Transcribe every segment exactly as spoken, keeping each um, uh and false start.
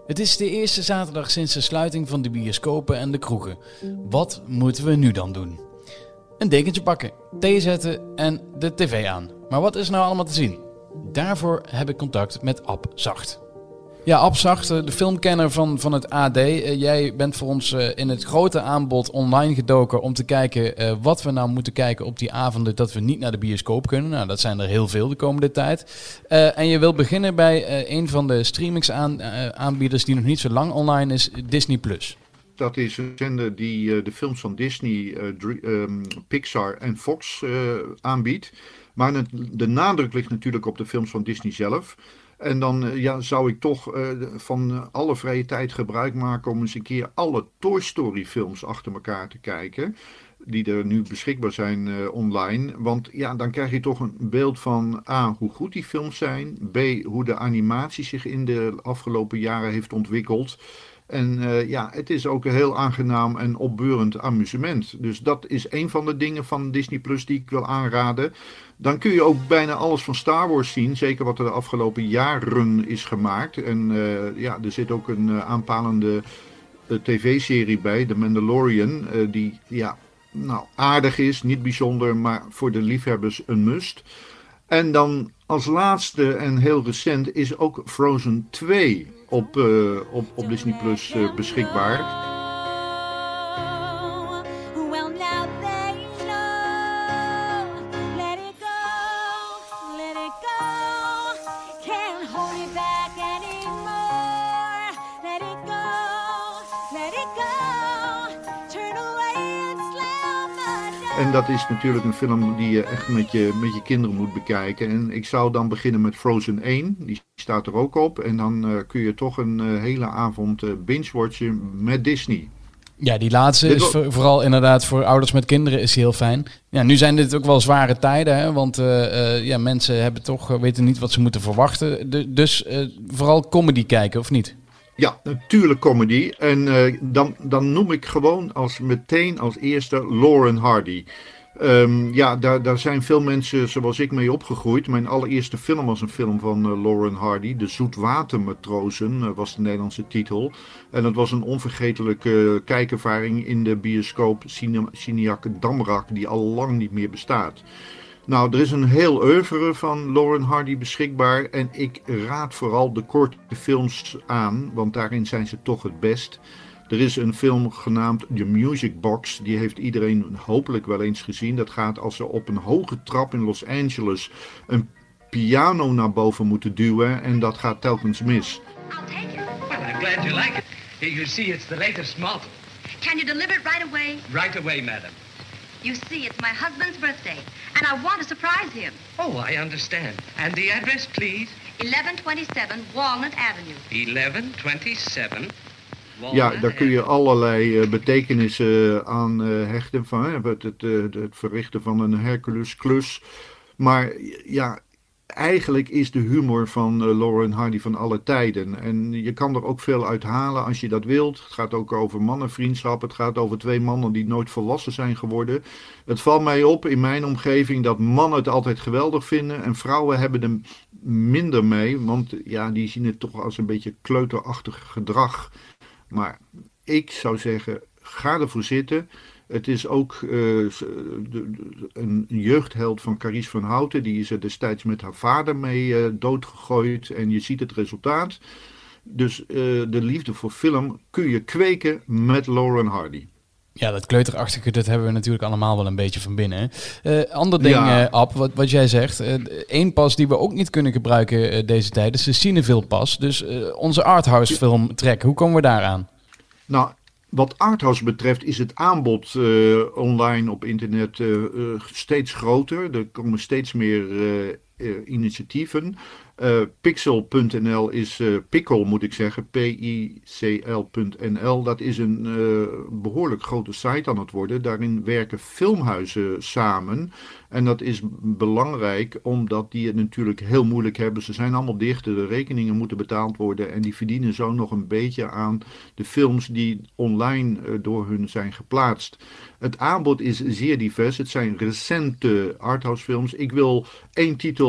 Het is de eerste zaterdag sinds de sluiting van de bioscopen en de kroegen. Wat moeten we nu dan doen? Een dekentje pakken, thee zetten en de tv aan. Maar wat is er nou allemaal te zien? Daarvoor heb ik contact met Ab Zacht. Ja, Ab Zacht, de filmkenner van, van het A D. Uh, jij bent voor ons uh, in het grote aanbod online gedoken om te kijken uh, wat we nou moeten kijken op die avonden dat we niet naar de bioscoop kunnen. Nou, dat zijn er heel veel de komende tijd. Uh, en je wil beginnen bij uh, een van de streamingsaanbieders die nog niet zo lang online is, Disney plus. Dat is een zender die uh, de films van Disney, uh, Dr- um, Pixar en Fox uh, aanbiedt. Maar het, de nadruk ligt natuurlijk op de films van Disney zelf. En dan uh, ja, zou ik toch uh, van uh, alle vrije tijd gebruik maken om eens een keer alle Toy Story films achter elkaar te kijken. Die er nu beschikbaar zijn uh, online. Want ja, dan krijg je toch een beeld van A, hoe goed die films zijn. B, hoe de animatie zich in de afgelopen jaren heeft ontwikkeld. En uh, ja, het is ook een heel aangenaam en opbeurend amusement. Dus dat is een van de dingen van Disney Plus die ik wil aanraden. Dan kun je ook bijna alles van Star Wars zien. Zeker wat er de afgelopen jaren is gemaakt. En uh, ja, er zit ook een uh, aanpalende uh, tv-serie bij, The Mandalorian. Uh, die ja, nou, aardig is, niet bijzonder, maar voor de liefhebbers een must. En dan als laatste en heel recent is ook Frozen twee op, uh, op, op Disney Plus uh, beschikbaar. En dat is natuurlijk een film die je echt met je, met je kinderen moet bekijken. En ik zou dan beginnen met Frozen één. Die staat er ook op. En dan uh, kun je toch een uh, hele avond uh, binge-watchen met Disney. Ja, die laatste dit is voor, vooral inderdaad voor ouders met kinderen is heel fijn. Ja, nu zijn dit ook wel zware tijden. Hè? Want uh, uh, ja, mensen hebben toch, uh, weten niet wat ze moeten verwachten. De, dus uh, vooral comedy kijken, of niet? Ja, natuurlijk comedy. En uh, dan, dan noem ik gewoon als meteen als eerste Lauren Hardy. Um, ja, daar, daar zijn veel mensen zoals ik mee opgegroeid. Mijn allereerste film was een film van uh, Lauren Hardy. De Zoetwatermatrozen uh, was de Nederlandse titel. En dat was een onvergetelijke uh, kijkervaring in de bioscoop Cine- Cineac Damrak, die al lang niet meer bestaat. Nou, er is een heel oeuvre van Lauren Hardy beschikbaar en ik raad vooral de korte films aan, want daarin zijn ze toch het best. Er is een film genaamd The Music Box, die heeft iedereen hopelijk wel eens gezien. Dat gaat als ze op een hoge trap in Los Angeles een piano naar boven moeten duwen en dat gaat telkens mis. I'll take it. Well, I'm glad you like it. You see, it's the latest model. Can you deliver it right away? Right away, madam. You see, it's my husband's birthday, and I want to surprise him. Oh, I understand. And the address, please? eleven twenty-seven Walnut Avenue. eleven twenty-seven Walnut Ja, daar kun je allerlei uh, betekenissen aan uh, hechten. Van, hè, het, het, het, het verrichten van een Hercules-klus. Maar ja, eigenlijk is de humor van uh, Lauren Hardy van alle tijden. En je kan er ook veel uit halen als je dat wilt. Het gaat ook over mannenvriendschap. Het gaat over twee mannen die nooit volwassen zijn geworden. Het valt mij op in mijn omgeving dat mannen het altijd geweldig vinden. En vrouwen hebben er minder mee. Want ja, die zien het toch als een beetje kleuterachtig gedrag. Maar ik zou zeggen, ga ervoor zitten. Het is ook uh, de, de, een jeugdheld van Carice van Houten. Die is er destijds met haar vader mee uh, doodgegooid. En je ziet het resultaat. Dus uh, de liefde voor film kun je kweken met Lauren Hardy. Ja, dat kleuterachtige, dat hebben we natuurlijk allemaal wel een beetje van binnen. Uh, ander ding, Ja. uh, Ab, wat, wat jij zegt. Eén uh, pas die we ook niet kunnen gebruiken uh, deze tijd is de Cineville pas. Dus uh, onze arthouse film track, hoe komen we daaraan? Nou, wat arthouse betreft is het aanbod uh, online op internet uh, uh, steeds groter. Er komen steeds meer uh, uh, initiatieven. Uh, Pixel punt n l is uh, Pickle, moet ik zeggen, P I C L punt n l. Dat is een uh, behoorlijk grote site aan het worden. Daarin werken filmhuizen samen. En dat is belangrijk, omdat die het natuurlijk heel moeilijk hebben. Ze zijn allemaal dicht, de rekeningen moeten betaald worden. En die verdienen zo nog een beetje aan de films die online uh, door hun zijn geplaatst. Het aanbod is zeer divers. Het zijn recente arthouse films. Ik wil één titel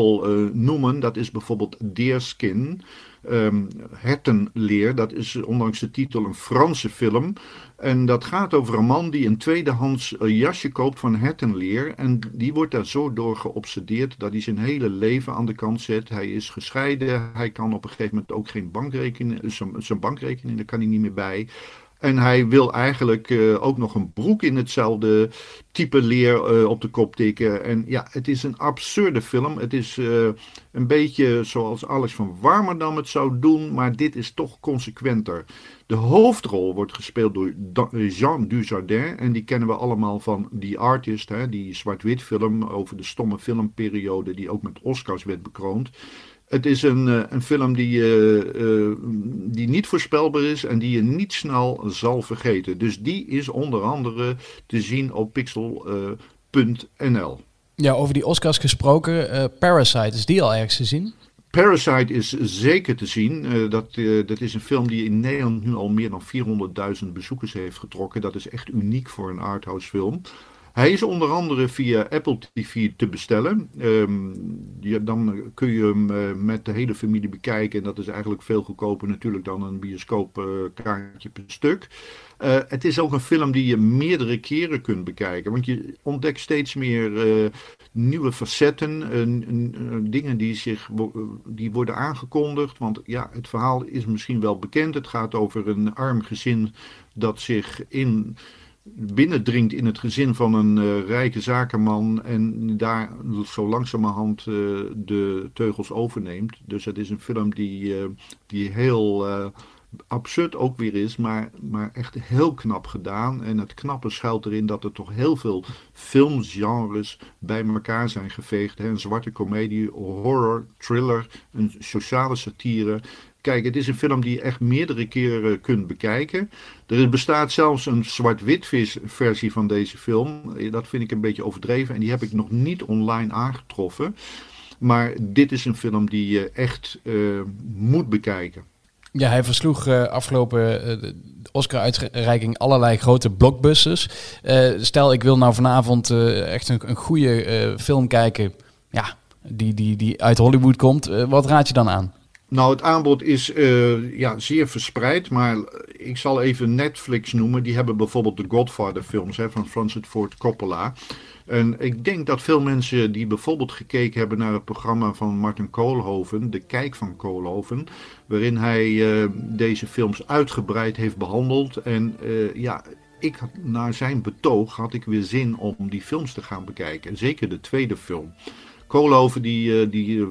wil uh, noemen, dat is bijvoorbeeld Deerskin. Um, Hertenleer, dat is ondanks de titel een Franse film. En dat gaat over een man die een tweedehands uh, jasje koopt van hertenleer. En die wordt daar zo door geobsedeerd dat hij zijn hele leven aan de kant zet. Hij is gescheiden, hij kan op een gegeven moment ook geen bankrekening, zijn, zijn bankrekening, daar kan hij niet meer bij. En hij wil eigenlijk uh, ook nog een broek in hetzelfde type leer uh, op de kop tikken. En ja, het is een absurde film. Het is uh, een beetje zoals Alex van Warmerdam het zou doen, maar dit is toch consequenter. De hoofdrol wordt gespeeld door Jean Dujardin. En die kennen we allemaal van The Artist, hè, die zwart-wit film over de stomme filmperiode die ook met Oscars werd bekroond. Het is een, uh, een film die, uh, uh, die niet voorspelbaar is en die je niet snel zal vergeten. Dus die is onder andere te zien op pixel punt n l. Ja, over die Oscars gesproken. Uh, Parasite, is die al ergens te zien? Parasite is zeker te zien. Uh, dat, uh, dat is een film die in Nederland nu al meer dan vierhonderdduizend bezoekers heeft getrokken. Dat is echt uniek voor een arthouse film. Hij is onder andere via Apple T V te bestellen. Um, ja, dan kun je hem uh, met de hele familie bekijken. En dat is eigenlijk veel goedkoper natuurlijk dan een bioscoopkaartje uh, per stuk. Uh, het is ook een film die je meerdere keren kunt bekijken. Want je ontdekt steeds meer uh, nieuwe facetten. Uh, uh, dingen die, zich, uh, die worden aangekondigd. Want ja, het verhaal is misschien wel bekend. Het gaat over een arm gezin dat zich in... binnendringt in het gezin van een uh, rijke zakenman en daar zo langzamerhand uh, de teugels overneemt. Dus het is een film die, uh, die heel uh, absurd ook weer is, maar, maar echt heel knap gedaan. En het knappe schuilt erin dat er toch heel veel filmgenres bij elkaar zijn geveegd. Hè? Een zwarte komedie, horror, thriller, een sociale satire. Kijk, het is een film die je echt meerdere keren kunt bekijken. Er bestaat zelfs een zwart-wit versie van deze film. Dat vind ik een beetje overdreven en die heb ik nog niet online aangetroffen. Maar dit is een film die je echt uh, moet bekijken. Ja, hij versloeg uh, afgelopen uh, Oscar-uitreiking allerlei grote blockbusters. Uh, stel, ik wil nou vanavond uh, echt een, een goede uh, film kijken, ja, die, die, die uit Hollywood komt. Uh, wat raad je dan aan? Nou, het aanbod is uh, ja, zeer verspreid, maar ik zal even Netflix noemen. Die hebben bijvoorbeeld de Godfather films hè, van Francis Ford Coppola. En ik denk dat veel mensen die bijvoorbeeld gekeken hebben naar het programma van Martin Koolhoven, De Kijk van Koolhoven, waarin hij uh, deze films uitgebreid heeft behandeld. En uh, ja, ik, naar zijn betoog had ik weer zin om die films te gaan bekijken. Zeker de tweede film. Koolhoven die, die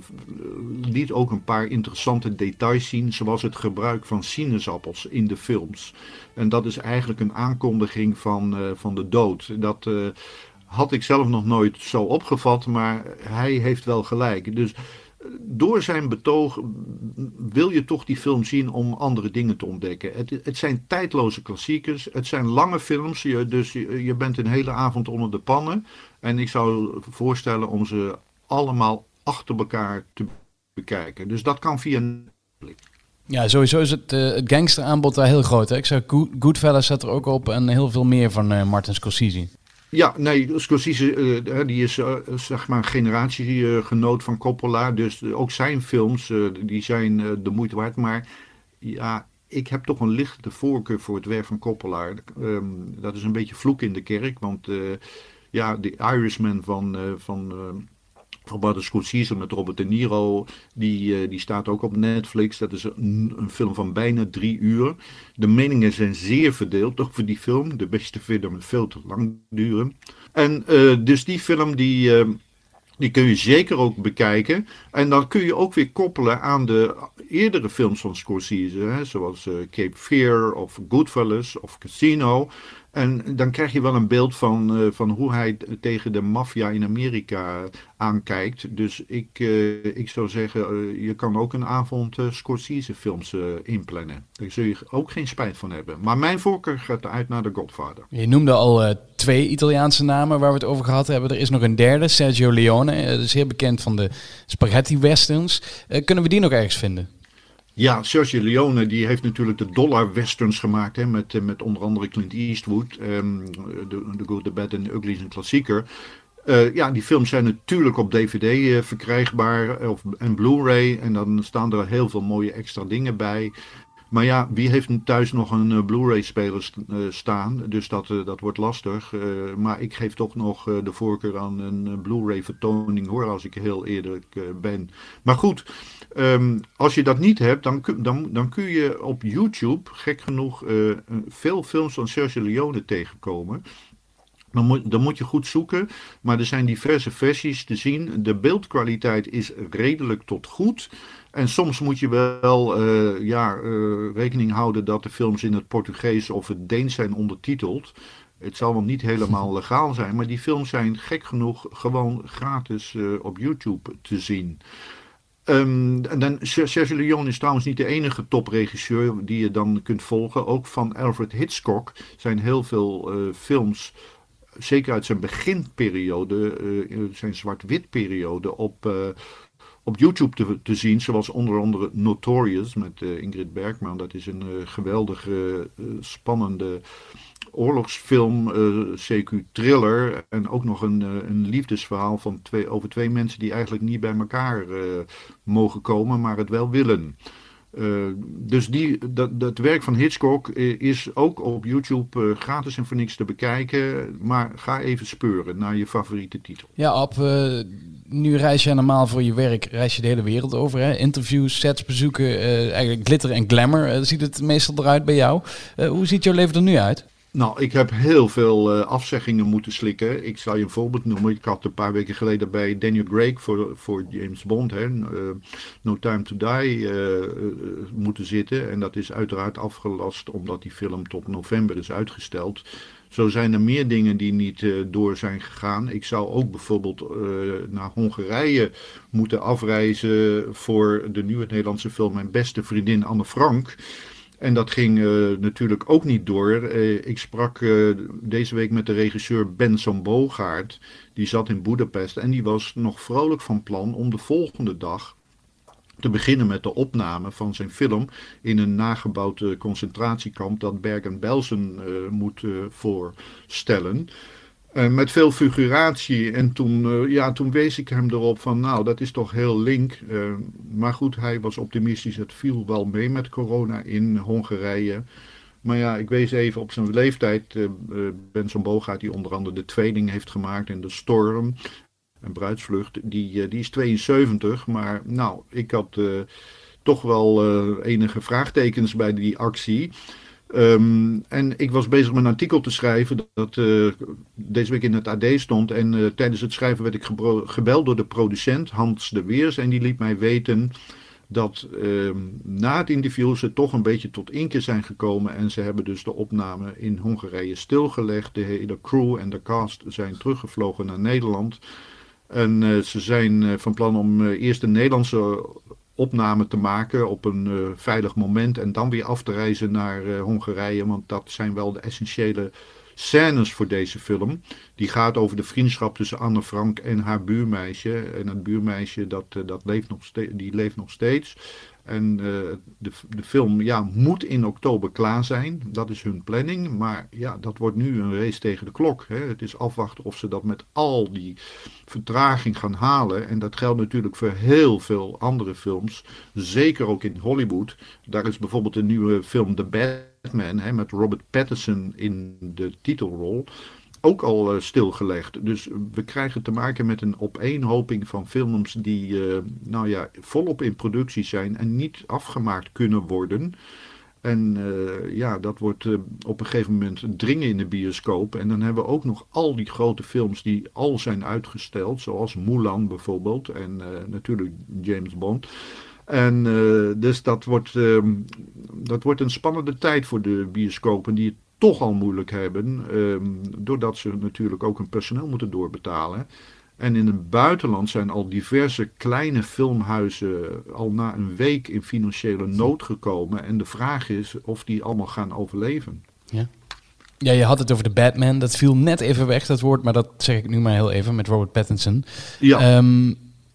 liet ook een paar interessante details zien, zoals het gebruik van sinaasappels in de films. En dat is eigenlijk een aankondiging van, uh, van de dood. Dat uh, had ik zelf nog nooit zo opgevat, maar hij heeft wel gelijk. Dus door zijn betoog wil je toch die film zien om andere dingen te ontdekken. Het, het zijn tijdloze klassiekers, het zijn lange films, je, dus je, je bent een hele avond onder de pannen. En ik zou voorstellen om ze allemaal achter elkaar te bekijken. Dus dat kan via Netflix. Ja, sowieso is het, uh, het gangsteraanbod daar heel groot. Hè? Ik zeg, Goodfellas zet er ook op en heel veel meer van uh, Martin Scorsese. Ja, nee, Scorsese uh, die is uh, zeg maar een generatiegenoot uh, van Coppola. Dus uh, ook zijn films, uh, die zijn uh, de moeite waard. Maar ja, ik heb toch een lichte voorkeur voor het werk van Coppola. Um, dat is een beetje vloek in de kerk, want uh, ja, de Irishman van... Uh, van uh, Van Martin Scorsese met Robert De Niro, die, die staat ook op Netflix. Dat is een, een film van bijna drie uur. De meningen zijn zeer verdeeld over die film. De beste film veel te lang duren. En uh, dus die film die, uh, die kun je zeker ook bekijken. En dan kun je ook weer koppelen aan de eerdere films van Scorsese. Hè, zoals uh, Cape Fear of Goodfellas of Casino. En dan krijg je wel een beeld van, uh, van hoe hij tegen de maffia in Amerika aankijkt. Dus ik, uh, ik zou zeggen, uh, je kan ook een avond uh, Scorsese films uh, inplannen. Daar zul je ook geen spijt van hebben. Maar mijn voorkeur gaat uit naar The Godfather. Je noemde al uh, twee Italiaanse namen waar we het over gehad hebben. Er is nog een derde, Sergio Leone. Uh, zeer bekend van de spaghetti westerns. Uh, kunnen we die nog ergens vinden? Ja, Sergio Leone die heeft natuurlijk de dollar westerns gemaakt, hè, met, met onder andere Clint Eastwood. Um, The Good, The Bad and The Ugly is een klassieker. Uh, ja, die films zijn natuurlijk op D V D uh, verkrijgbaar of, en Blu-ray. En dan staan er heel veel mooie extra dingen bij. Maar ja, wie heeft thuis nog een uh, Blu-ray-speler st- uh, staan? Dus dat, uh, dat wordt lastig. Uh, maar ik geef toch nog uh, de voorkeur aan een uh, Blu-ray-vertoning, hoor, als ik heel eerlijk uh, ben. Maar goed, um, als je dat niet hebt, dan, dan, dan kun je op YouTube, gek genoeg, uh, veel films van Sergio Leone tegenkomen. Dan moet, dan moet je goed zoeken, maar er zijn diverse versies te zien. De beeldkwaliteit is redelijk tot goed. En soms moet je wel uh, ja, uh, rekening houden dat de films in het Portugees of het Deens zijn ondertiteld. Het zal wel niet helemaal legaal zijn, maar die films zijn gek genoeg gewoon gratis uh, op YouTube te zien. Um, en dan, Sergio Leone is trouwens niet de enige topregisseur die je dan kunt volgen. Ook van Alfred Hitchcock zijn heel veel uh, films, zeker uit zijn beginperiode, uh, zijn zwart-wit periode, op, uh, op YouTube te, te zien. Zoals onder andere Notorious met uh, Ingrid Bergman. Dat is een uh, geweldige, uh, spannende oorlogsfilm, uh, C Q thriller. En ook nog een, uh, een liefdesverhaal van twee, over twee mensen die eigenlijk niet bij elkaar uh, mogen komen, maar het wel willen. Uh, dus die, dat, dat werk van Hitchcock is ook op YouTube uh, gratis en voor niks te bekijken. Maar ga even speuren naar je favoriete titel. Ja, Ab, uh, nu reis je normaal voor je werk, reis je de hele wereld over. Hè? Interviews, sets bezoeken, uh, eigenlijk glitter en glamour. Uh, ziet het meestal eruit bij jou? Uh, hoe ziet jouw leven er nu uit? Nou, ik heb heel veel uh, afzeggingen moeten slikken. Ik zal je een voorbeeld noemen. Ik had een paar weken geleden bij Daniel Craig voor, voor James Bond, hè, uh, No Time to Die, uh, uh, moeten zitten. En dat is uiteraard afgelast omdat die film tot november is uitgesteld. Zo zijn er meer dingen die niet uh, door zijn gegaan. Ik zou ook bijvoorbeeld uh, naar Hongarije moeten afreizen voor de nieuwe Nederlandse film Mijn Beste Vriendin Anne Frank. En dat ging uh, natuurlijk ook niet door. Uh, ik sprak uh, deze week met de regisseur Benson Bogaert. Die zat in Boedapest en die was nog vrolijk van plan om de volgende dag te beginnen met de opname van zijn film in een nagebouwd uh, concentratiekamp dat Bergen-Belsen uh, moet uh, voorstellen. Uh, met veel figuratie en toen, uh, ja, toen wees ik hem erop van nou dat is toch heel link. Uh, maar goed, hij was optimistisch, het viel wel mee met corona in Hongarije. Maar ja, ik wees even op zijn leeftijd. Uh, uh, Benson Bogaert die onder andere De Tweeling heeft gemaakt en De Storm. Een bruidsvlucht, die, uh, die is tweeënzeventig. Maar nou, ik had uh, toch wel uh, enige vraagtekens bij die actie. Um, en ik was bezig met een artikel te schrijven dat uh, deze week in het A D stond. En uh, tijdens het schrijven werd ik gebro- gebeld door de producent Hans de Weers. En die liet mij weten dat uh, na het interview ze toch een beetje tot inkeer zijn gekomen. En ze hebben dus de opname in Hongarije stilgelegd. De hele crew en de cast zijn teruggevlogen naar Nederland. En uh, ze zijn uh, van plan om uh, eerst een Nederlandse opname te maken op een uh, veilig moment en dan weer af te reizen naar uh, Hongarije, want dat zijn wel de essentiële scènes voor deze film. Die gaat over de vriendschap tussen Anne Frank en haar buurmeisje. En het buurmeisje dat, uh, dat leeft nog ste- die leeft nog steeds. En uh, de, de film ja, moet in oktober klaar zijn. Dat is hun planning. Maar ja, dat wordt nu een race tegen de klok. Hè. Het is afwachten of ze dat met al die vertraging gaan halen. En dat geldt natuurlijk voor heel veel andere films. Zeker ook in Hollywood. Daar is bijvoorbeeld een nieuwe film The Batman, hè, met Robert Pattinson in de titelrol, ook al uh, stilgelegd. Dus we krijgen te maken met een opeenhoping van films die uh, nou ja, volop in productie zijn en niet afgemaakt kunnen worden. En uh, ja, dat wordt uh, op een gegeven moment dringen in de bioscoop. En dan hebben we ook nog al die grote films die al zijn uitgesteld, zoals Mulan bijvoorbeeld en uh, natuurlijk James Bond. En uh, dus dat wordt, uh, dat wordt een spannende tijd voor de bioscopen die het toch al moeilijk hebben, um, doordat ze natuurlijk ook hun personeel moeten doorbetalen. En in het buitenland zijn al diverse kleine filmhuizen al na een week in financiële nood gekomen. En de vraag is of die allemaal gaan overleven. Ja. Ja, je had het over de Batman. Dat viel net even weg, dat woord, maar dat zeg ik nu maar heel even met Robert Pattinson. Ja. Um,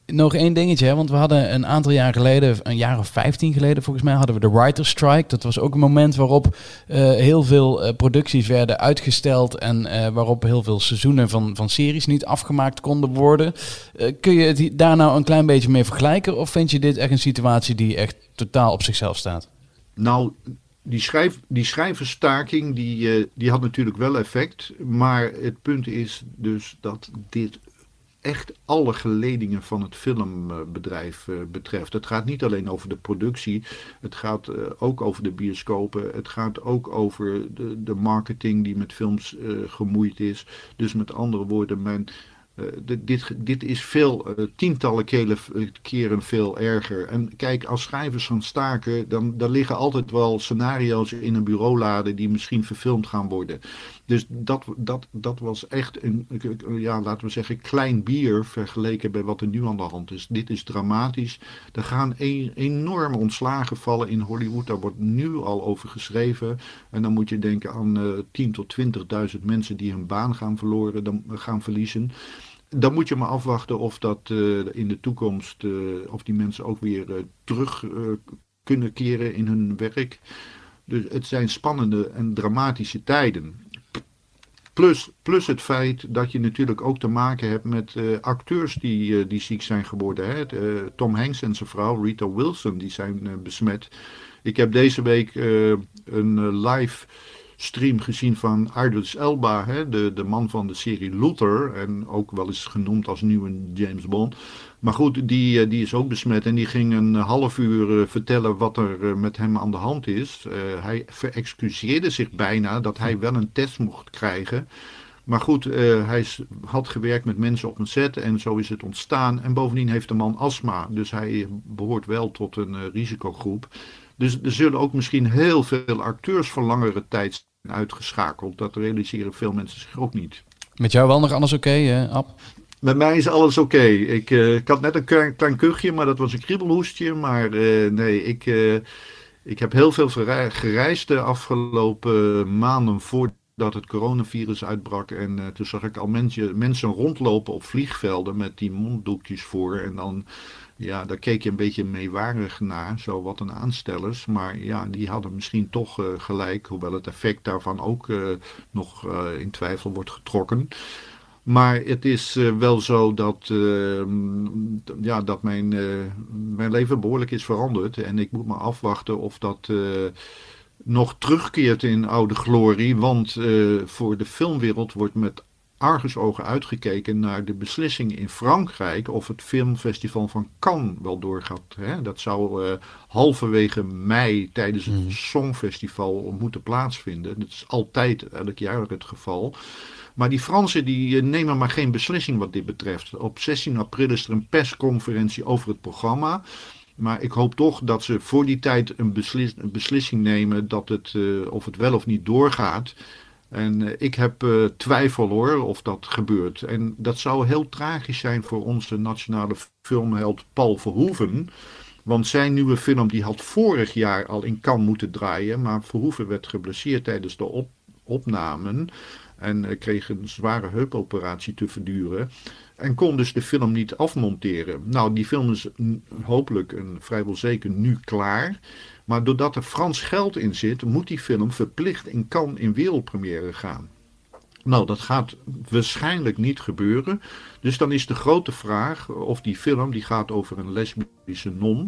nog één dingetje, hè? Want we hadden een aantal jaar geleden, een jaar of vijftien geleden volgens mij, hadden we de Writer's Strike. Dat was ook een moment waarop uh, heel veel uh, producties werden uitgesteld en uh, waarop heel veel seizoenen van, van series niet afgemaakt konden worden. Uh, kun je het daar nou een klein beetje mee vergelijken? Of vind je dit echt een situatie die echt totaal op zichzelf staat? Nou, die, schrijf, die schrijversstaking die, uh, die had natuurlijk wel effect. Maar het punt is dus dat dit echt alle geledingen van het filmbedrijf uh, betreft. Het gaat niet alleen over de productie. Het gaat uh, ook over de bioscopen. Het gaat ook over de, de marketing die met films uh, gemoeid is. Dus met andere woorden, men... Uh, dit, dit, dit is veel, uh, tientallen keren, keren veel erger. En kijk, als schrijvers gaan staken, dan, dan liggen altijd wel scenario's in een bureaulade die misschien verfilmd gaan worden. Dus dat, dat, dat was echt een, ja, laten we zeggen, klein bier vergeleken bij wat er nu aan de hand is. Dit is dramatisch. Er gaan een, enorme ontslagen vallen in Hollywood. Daar wordt nu al over geschreven. En dan moet je denken aan uh, tien tot twintigduizend mensen die hun baan gaan verloren, dan, gaan verliezen. Dan moet je maar afwachten of dat uh, in de toekomst, uh, of die mensen ook weer uh, terug uh, kunnen keren in hun werk. Dus het zijn spannende en dramatische tijden. Plus, plus het feit dat je natuurlijk ook te maken hebt met uh, acteurs die, uh, die ziek zijn geworden. Hè? Uh, Tom Hanks en zijn vrouw Rita Wilson, die zijn uh, besmet. Ik heb deze week uh, een uh, live stream gezien van Idris Elba, hè? De, de man van de serie Luther. En ook wel eens genoemd als nieuwe James Bond. Maar goed, die, uh, die is ook besmet en die ging een half uur uh, vertellen wat er uh, met hem aan de hand is. Uh, hij verexcuseerde zich bijna dat hij wel een test mocht krijgen. Maar goed, uh, hij had gewerkt met mensen op een set en zo is het ontstaan. En bovendien heeft de man astma, dus hij behoort wel tot een uh, risicogroep. Dus er zullen ook misschien heel veel acteurs voor langere tijd zijn uitgeschakeld. Dat realiseren veel mensen zich ook niet. Met jou wel nog alles oké, okay, uh, Ab? Met mij is alles oké. Okay. Ik, uh, ik had net een klein, klein kuchje, maar dat was een kriebelhoestje. Maar uh, nee, ik, uh, ik heb heel veel gereisd de afgelopen maanden voordat het coronavirus uitbrak. En uh, toen zag ik al mensen, mensen rondlopen op vliegvelden met die monddoekjes voor. En dan, ja, daar keek je een beetje meewarig naar. Zo wat een aanstellers. Maar ja, die hadden misschien toch uh, gelijk. Hoewel het effect daarvan ook uh, nog uh, in twijfel wordt getrokken. Maar het is uh, wel zo dat, uh, ja, dat mijn, uh, mijn leven behoorlijk is veranderd. En ik moet maar afwachten of dat uh, nog terugkeert in oude glorie. Want uh, voor de filmwereld wordt met argusogen uitgekeken naar de beslissing in Frankrijk of het filmfestival van Cannes wel doorgaat. Hè? Dat zou uh, halverwege mei tijdens het Songfestival moeten plaatsvinden. Dat is altijd elk jaar het geval. Maar die Fransen die nemen maar geen beslissing wat dit betreft. Op zestien april is er een persconferentie over het programma. Maar ik hoop toch dat ze voor die tijd een, beslis, een beslissing nemen dat het, uh, of het wel of niet doorgaat. En uh, ik heb uh, twijfel hoor of dat gebeurt. En dat zou heel tragisch zijn voor onze nationale filmheld Paul Verhoeven. Want zijn nieuwe film die had vorig jaar al in Cannes moeten draaien. Maar Verhoeven werd geblesseerd tijdens de op, opnamen. En uh, kreeg een zware heupoperatie te verduren. En kon dus de film niet afmonteren. Nou, die film is n- hopelijk en vrijwel zeker nu klaar. Maar doordat er Frans geld in zit, moet die film verplicht in Cannes in wereldpremière gaan. Nou, dat gaat waarschijnlijk niet gebeuren. Dus dan is de grote vraag of die film, die gaat over een lesbische non,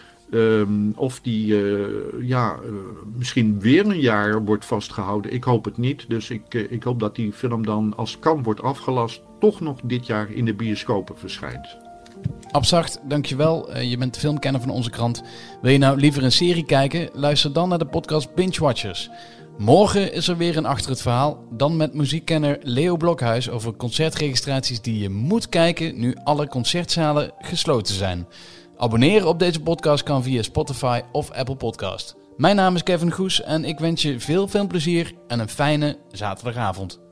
Um, of die uh, ja, uh, misschien weer een jaar wordt vastgehouden. Ik hoop het niet. Dus ik, uh, ik hoop dat die film dan, als kan wordt afgelast, toch nog dit jaar in de bioscopen verschijnt. Abzacht, dankjewel. Uh, je bent filmkenner van onze krant. Wil je nou liever een serie kijken? Luister dan naar de podcast Binge Watchers. Morgen is er weer een Achter het Verhaal. Dan met muziekkenner Leo Blokhuis over concertregistraties die je moet kijken nu alle concertzalen gesloten zijn. Abonneren op deze podcast kan via Spotify of Apple Podcast. Mijn naam is Kevin Goes en ik wens je veel filmplezier en een fijne zaterdagavond.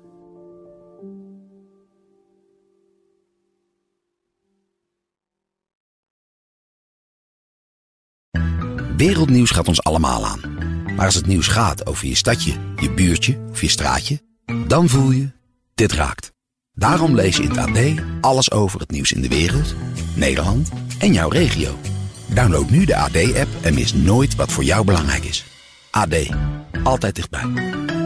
Wereldnieuws gaat ons allemaal aan. Maar als het nieuws gaat over je stadje, je buurtje of je straatje, dan voel je, dit raakt. Daarom lees je in het A D alles over het nieuws in de wereld, Nederland en jouw regio. Download nu de A D-app en mis nooit wat voor jou belangrijk is. A D, altijd dichtbij.